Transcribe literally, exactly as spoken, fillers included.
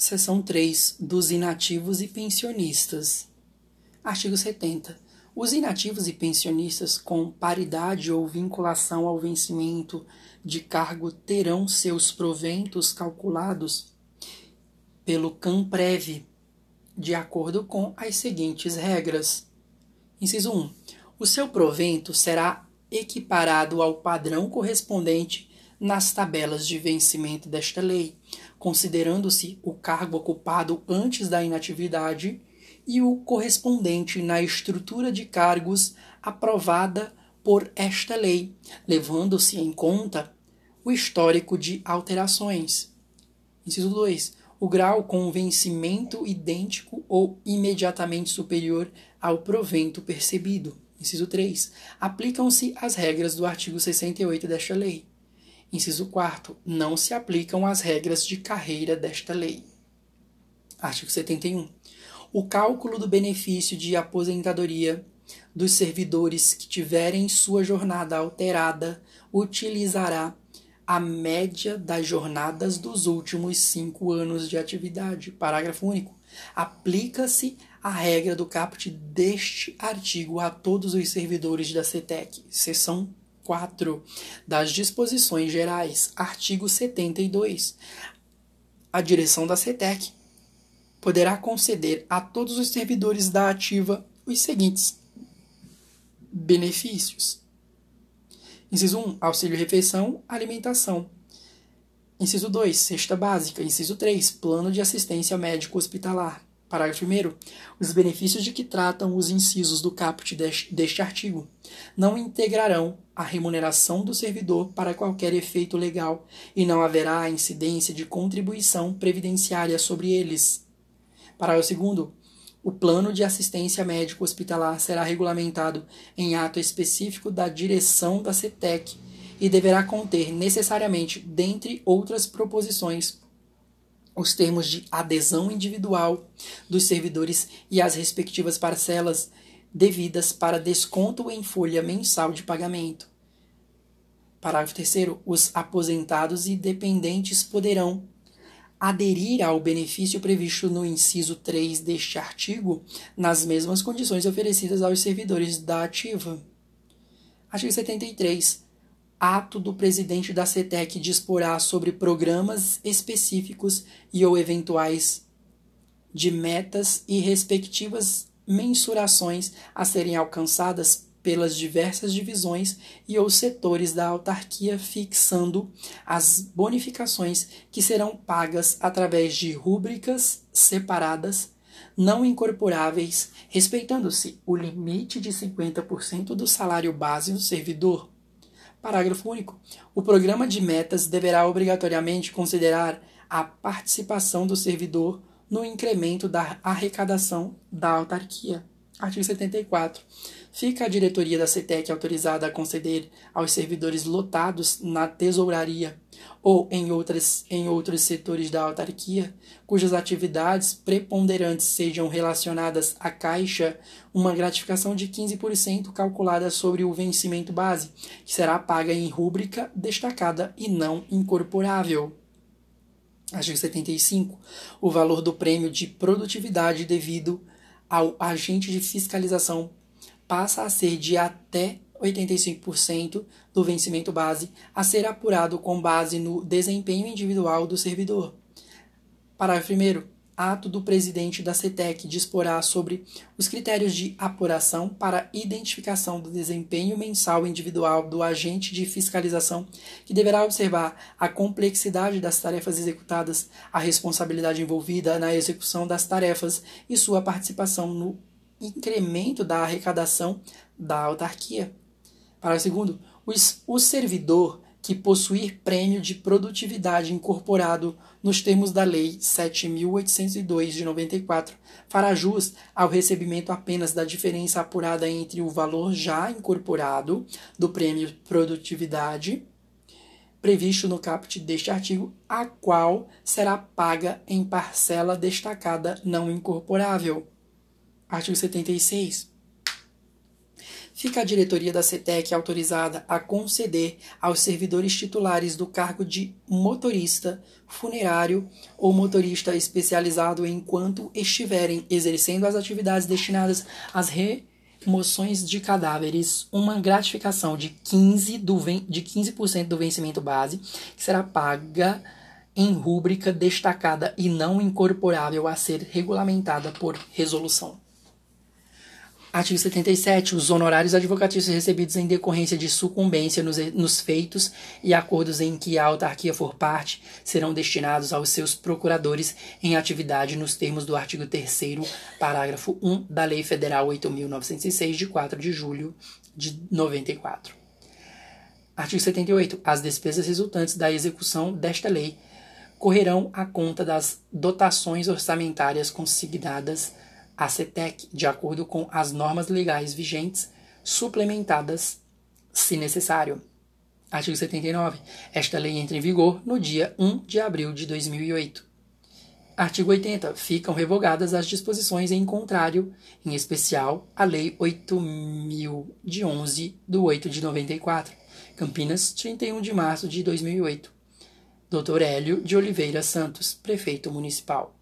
Seção três. Dos inativos e pensionistas. Artigo setenta. Os inativos e pensionistas com paridade ou vinculação ao vencimento de cargo terão seus proventos calculados pelo CAMPREV, de acordo com as seguintes regras. Inciso um. O seu provento será equiparado ao padrão correspondente nas tabelas de vencimento desta lei, considerando-se o cargo ocupado antes da inatividade e o correspondente na estrutura de cargos aprovada por esta lei, levando-se em conta o histórico de alterações. Inciso dois. O grau com vencimento idêntico ou imediatamente superior ao provento percebido. Inciso três. Aplicam-se as regras do artigo sessenta e oito desta lei. Inciso quatro. Não se aplicam as regras de carreira desta lei. Artigo setenta e um. O cálculo do benefício de aposentadoria dos servidores que tiverem sua jornada alterada utilizará a média das jornadas dos últimos cinco anos de atividade. Parágrafo único. Aplica-se a regra do caput deste artigo a todos os servidores da CETEC. Seção quatro. Das disposições gerais. Artigo setenta e dois. A direção da CETEC poderá conceder a todos os servidores da ativa os seguintes benefícios. Inciso um. Auxílio-refeição, alimentação. Inciso dois. Cesta básica. Inciso três. Plano de assistência médico-hospitalar. Parágrafo primeiro. Os benefícios de que tratam os incisos do caput deste, deste artigo não integrarão a remuneração do servidor para qualquer efeito legal e não haverá incidência de contribuição previdenciária sobre eles. Parágrafo segundo. O plano de assistência médico-hospitalar será regulamentado em ato específico da direção da CETEC e deverá conter necessariamente, dentre outras proposições, os termos de adesão individual dos servidores e as respectivas parcelas devidas para desconto em folha mensal de pagamento. Parágrafo terceiro. Os aposentados e dependentes poderão aderir ao benefício previsto no inciso três deste artigo nas mesmas condições oferecidas aos servidores da ativa. Artigo setenta e três. Ato do presidente da CETEC disporá sobre programas específicos e ou eventuais de metas e respectivas mensurações a serem alcançadas pelas diversas divisões e ou setores da autarquia, fixando as bonificações que serão pagas através de rúbricas separadas, não incorporáveis, respeitando-se o limite de cinquenta por cento do salário base do servidor. Parágrafo único. O programa de metas deverá obrigatoriamente considerar a participação do servidor no incremento da arrecadação da autarquia. Artigo setenta e quatro. Fica a diretoria da CETEC autorizada a conceder aos servidores lotados na tesouraria ou em, outras, em outros setores da autarquia, cujas atividades preponderantes sejam relacionadas à caixa, uma gratificação de quinze por cento calculada sobre o vencimento base, que será paga em rúbrica destacada e não incorporável. Artigo setenta e cinco. O valor do prêmio de produtividade devido ao agente de fiscalização passa a ser de até oitenta e cinco por cento do vencimento base a ser apurado com base no desempenho individual do servidor. Parágrafo primeiro. Ato do presidente da CETEC disporá sobre os critérios de apuração para identificação do desempenho mensal individual do agente de fiscalização, que deverá observar a complexidade das tarefas executadas, a responsabilidade envolvida na execução das tarefas e sua participação no incremento da arrecadação da autarquia. Parágrafo segundo. O servidor que possuir prêmio de produtividade incorporado nos termos da Lei sete mil oitocentos e dois, de noventa e quatro, fará jus ao recebimento apenas da diferença apurada entre o valor já incorporado do prêmio de produtividade previsto no caput deste artigo, a qual será paga em parcela destacada não incorporável. Artigo setenta e seis. fica a diretoria da CETEC autorizada a conceder aos servidores titulares do cargo de motorista funerário ou motorista especializado enquanto estiverem exercendo as atividades destinadas às remoções de cadáveres uma gratificação de quinze por cento do, de quinze por cento do vencimento base, que será paga em rúbrica destacada e não incorporável a ser regulamentada por resolução. Artigo setenta e sete. Os honorários advocatícios recebidos em decorrência de sucumbência nos, nos feitos e acordos em que a autarquia for parte serão destinados aos seus procuradores em atividade nos termos do artigo terceiro, parágrafo um da Lei Federal oito mil novecentos e seis, de quatro de julho de noventa e quatro. Artigo setenta e oito. As despesas resultantes da execução desta lei correrão à conta das dotações orçamentárias consignadas à CETEC, de acordo com as normas legais vigentes, suplementadas, se necessário. Artigo setenta e nove. Esta lei entra em vigor no dia um de abril de dois mil e oito. Artigo oitenta. Ficam revogadas as disposições em contrário, em especial a Lei oito mil de onze, do oito de noventa e quatro. Campinas, trinta e um de março de dois mil e oito. doutor Hélio de Oliveira Santos, Prefeito Municipal.